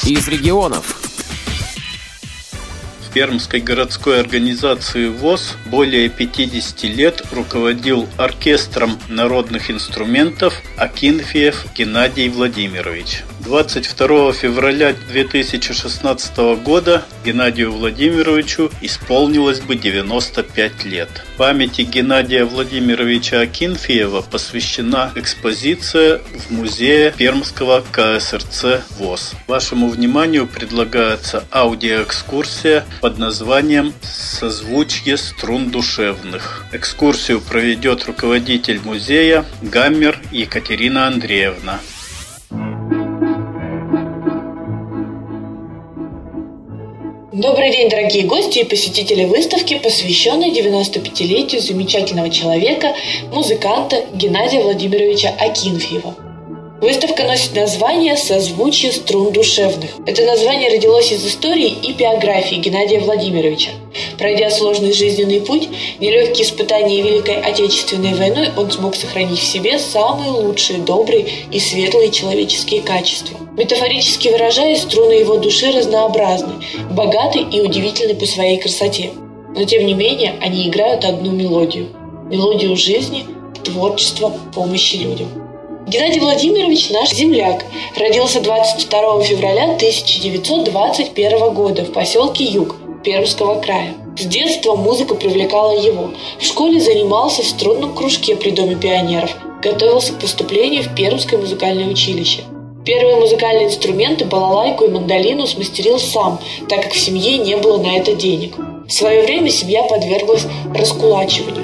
из регионов. В Пермской городской организации ВОС более 50 лет руководил оркестром народных инструментов Акинфеев Геннадий Владимирович. 22 февраля 2016 года Геннадию Владимировичу исполнилось бы 95 лет. Памяти Геннадия Владимировича Акинфеева посвящена экспозиция в музее Пермского КСРЦ ВОС. Вашему вниманию предлагается аудиоэкскурсия под названием «Созвучье струн душевных». Экскурсию проведет руководитель музея Гаммер Екатерина Андреевна. Добрый день, дорогие гости и посетители выставки, посвященной 95-летию замечательного человека, музыканта Геннадия Владимировича Акинфеева. Выставка носит название «Созвучье струн душевных». Это название родилось из истории и биографии Геннадия Владимировича. Пройдя сложный жизненный путь, нелегкие испытания Великой Отечественной войной, он смог сохранить в себе самые лучшие, добрые и светлые человеческие качества. Метафорически выражаясь, струны его души разнообразны, богаты и удивительны по своей красоте. Но тем не менее, они играют одну мелодию – мелодию жизни, творчества, помощи людям. Геннадий Владимирович наш земляк. Родился 22 февраля 1921 года в поселке Юг Пермского края. С детства музыка привлекала его. В школе занимался в струнном кружке при Доме пионеров. Готовился к поступлению в Пермское музыкальное училище. Первые музыкальные инструменты, балалайку и мандолину, смастерил сам, так как в семье не было на это денег. В свое время семья подверглась раскулачиванию.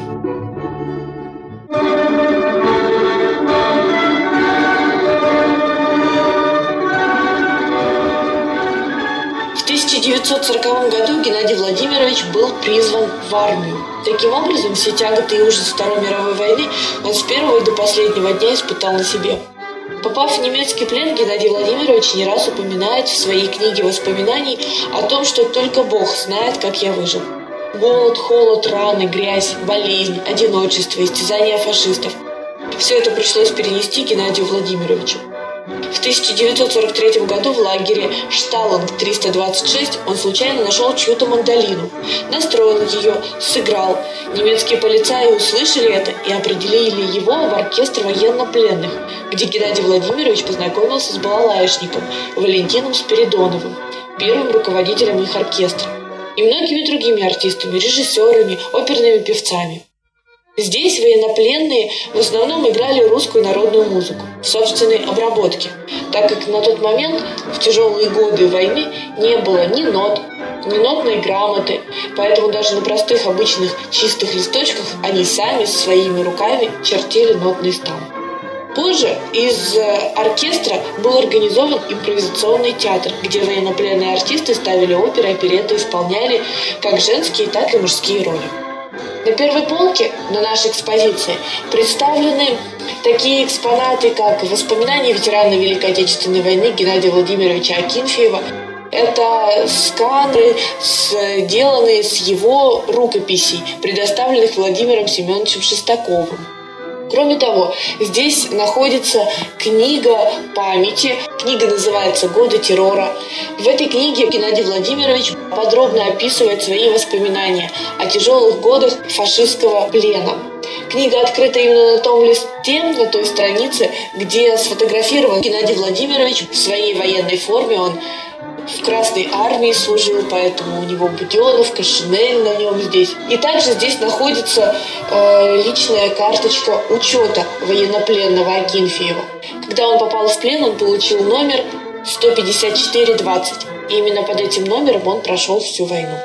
В 1940 году Геннадий Владимирович был призван в армию. Таким образом, все тяготы и ужасы Второй мировой войны он с первого и до последнего дня испытал на себе. Попав в немецкий плен, Геннадий Владимирович не раз упоминает в своей книге воспоминаний о том, что только Бог знает, как я выжил. Голод, холод, раны, грязь, болезнь, одиночество, истязания фашистов – все это пришлось перенести Геннадию Владимировичу. В 1943 году в лагере Шталинг-326 он случайно нашел чью-то мандолину, настроил ее, сыграл. Немецкие полицаи услышали это и определили его в оркестр военнопленных, где Геннадий Владимирович познакомился с балалаишником Валентином Спиридоновым, первым руководителем их оркестра, и многими другими артистами, режиссерами, оперными певцами. Здесь военнопленные в основном играли русскую народную музыку в собственной обработке, так как на тот момент, в тяжелые годы войны, не было ни нот, ни нотной грамоты, поэтому даже на простых обычных чистых листочках они сами своими руками чертили нотный стан. Позже из оркестра был организован импровизационный театр, где военнопленные артисты ставили оперы, оперетты, исполняли как женские, так и мужские роли. На первой полке на нашей экспозиции представлены такие экспонаты, как воспоминания ветерана Великой Отечественной войны Геннадия Владимировича Акинфеева. Это сканы, сделанные с его рукописей, предоставленных Владимиром Семеновичем Шестаковым. Кроме того, здесь находится книга памяти. Книга называется «Годы террора». В этой книге Геннадий Владимирович подробно описывает свои воспоминания о тяжелых годах фашистского плена. Книга открыта именно на том листе, на той странице, где сфотографирован Геннадий Владимирович в своей военной форме. Он в Красной армии служил, поэтому у него буденовка, шинель на нем здесь. И также здесь находится личная карточка учета военнопленного Акинфеева. Когда он попал в плен, он получил номер 154-20. И именно под этим номером он прошел всю войну.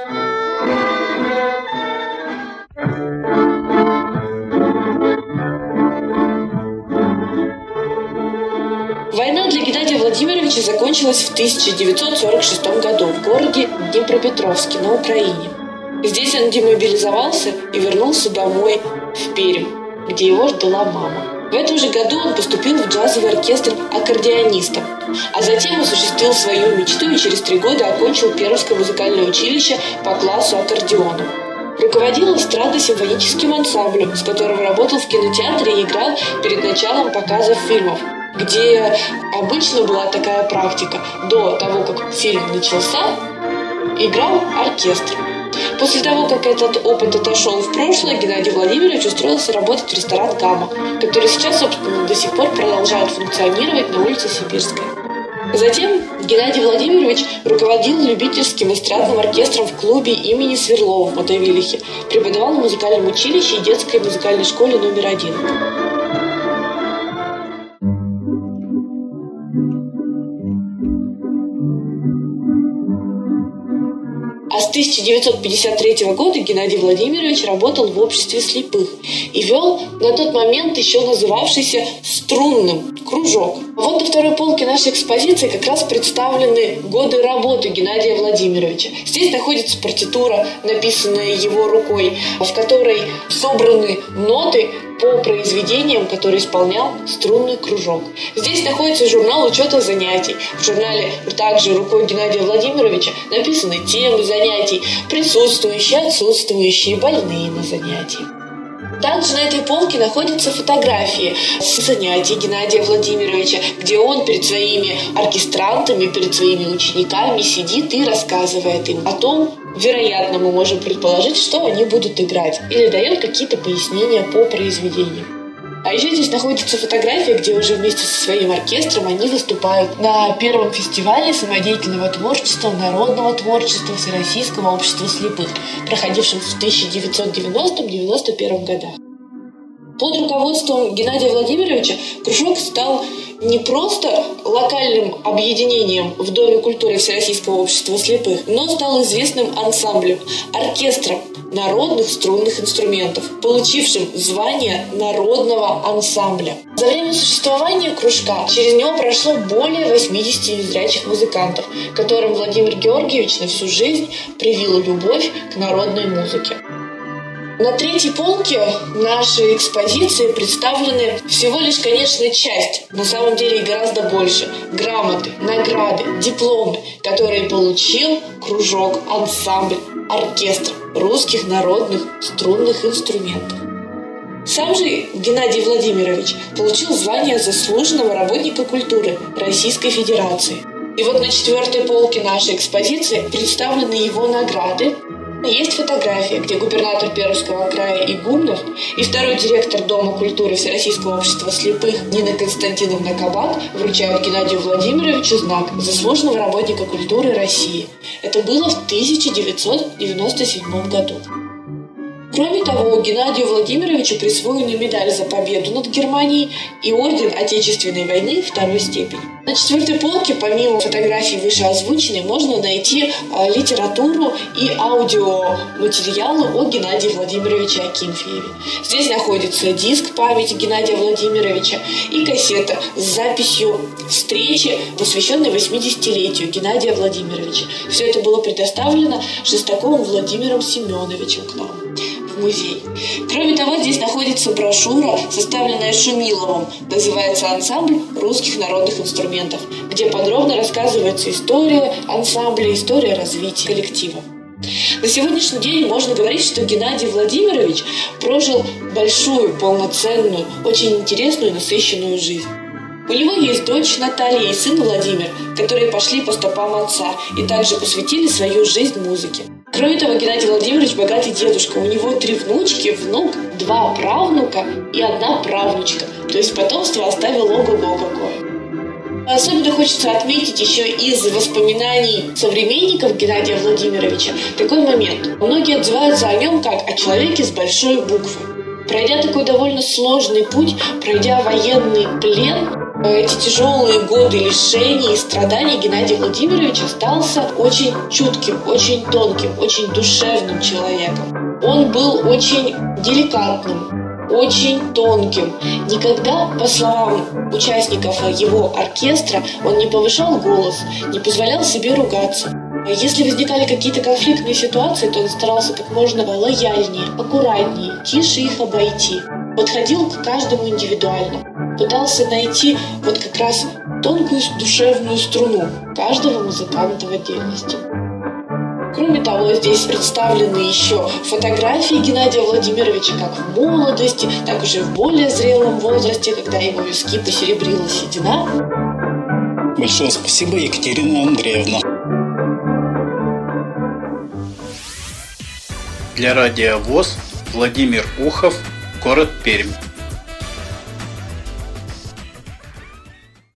Война для Геннадия Владимировича закончилась в 1946 году в городе Днепропетровске на Украине. Здесь он демобилизовался и вернулся домой в Пермь, где его ждала мама. В этом же году он поступил в джазовый оркестр аккордеонистом, а затем осуществил свою мечту и через 3 года окончил Пермское музыкальное училище по классу аккордеона. Руководил эстрадно-симфоническим ансамблем, с которым работал в кинотеатре и играл перед началом показов фильмов. где обычно была такая практика. До того, как фильм начался, играл оркестр. После того, как этот опыт отошел в прошлое, Геннадий Владимирович устроился работать в ресторан «Гамма», который сейчас, собственно, до сих пор продолжает функционировать на улице Сибирская. Затем Геннадий Владимирович руководил любительским эстрадным оркестром в клубе имени Сверлова в Мотовилихе, преподавал в музыкальном училище и детской музыкальной школе номер 1. А с 1953 года Геннадий Владимирович работал в обществе слепых и вел на тот момент еще называвшийся струнным кружок. Вот на второй полке нашей экспозиции как раз представлены годы работы Геннадия Владимировича. Здесь находится партитура, написанная его рукой, в которой собраны ноты по произведениям, которые исполнял струнный кружок. Здесь находится журнал учета занятий. В журнале также рукой Геннадия Владимировича написаны темы занятий, присутствующие, отсутствующие, больные на занятии. Также на этой полке находятся фотографии с занятий Геннадия Владимировича, где он перед своими оркестрантами, перед своими учениками сидит и рассказывает им о том, вероятно, мы можем предположить, что они будут играть, или дает какие-то пояснения по произведению. А еще здесь находится фотография, где уже вместе со своим оркестром они выступают на первом фестивале самодеятельного творчества, народного творчества Всероссийского общества слепых, проходившем в 1990-91 годах. Под руководством Геннадия Владимировича кружок стал не просто локальным объединением в Доме культуры Всероссийского общества слепых, но стал известным ансамблем, оркестром народных струнных инструментов, получившим звание народного ансамбля. За время существования кружка через него прошло более 80 незрячих музыкантов, которым Владимир Георгиевич на всю жизнь привил любовь к народной музыке. На третьей полке нашей экспозиции представлены всего лишь, конечно, часть, на самом деле и гораздо больше, грамоты, награды, дипломы, которые получил кружок, ансамбль, оркестр русских народных струнных инструментов. Сам же Геннадий Владимирович получил звание заслуженного работника культуры Российской Федерации. И вот на четвертой полке нашей экспозиции представлены его награды. Есть фотография, где губернатор Пермского края Игумнов и второй директор Дома культуры Всероссийского общества слепых Нина Константиновна Кабак вручают Геннадию Владимировичу знак заслуженного работника культуры России. Это было в 1997 году. Кроме того, Геннадию Владимировичу присвоена медаль за победу над Германией и орден Отечественной войны второй степени. На четвертой полке, помимо фотографий вышеозвученной, можно найти литературу и аудиоматериалы о Геннадии Владимировиче Акинфееве. Здесь находится диск памяти Геннадия Владимировича и кассета с записью встречи, посвященной 80-летию Геннадия Владимировича. Все это было предоставлено Шестаковым Владимиром Семеновичем к нам в музей. Кроме того, здесь находится брошюра, составленная Шумиловым, называется «Ансамбль русских народных инструментов», где подробно рассказывается история ансамбля, история развития коллектива. На сегодняшний день можно говорить, что Геннадий Владимирович прожил большую, полноценную, очень интересную и насыщенную жизнь. У него есть дочь Наталья и сын Владимир, которые пошли по стопам отца и также посвятили свою жизнь музыке. Кроме того, Геннадий Владимирович богатый дедушка. У него 3 внучки, внук, 2 правнука и 1 правнучка. То есть потомство оставил ого-го какое. Особенно хочется отметить еще из воспоминаний современников Геннадия Владимировича такой момент. Многие отзываются о нем как о человеке с большой буквы. Пройдя такой довольно сложный путь, пройдя военный плен, эти тяжелые годы лишений и страданий, Геннадий Владимирович остался очень чутким, очень тонким, очень душевным человеком. Он был очень деликатным, очень тонким. Никогда, по словам участников его оркестра, он не повышал голос, не позволял себе ругаться. Если возникали какие-то конфликтные ситуации, то он старался как можно лояльнее, аккуратнее, тише их обойти. Подходил к каждому индивидуально. Пытался найти вот как раз тонкую душевную струну каждого музыканта в отдельности. Кроме того, здесь представлены еще фотографии Геннадия Владимировича как в молодости, так уже в более зрелом возрасте, когда его виски посеребрила седина. Большое спасибо, Екатерина Андреевна. Для радио ВОС Владимир Ухов, город Пермь.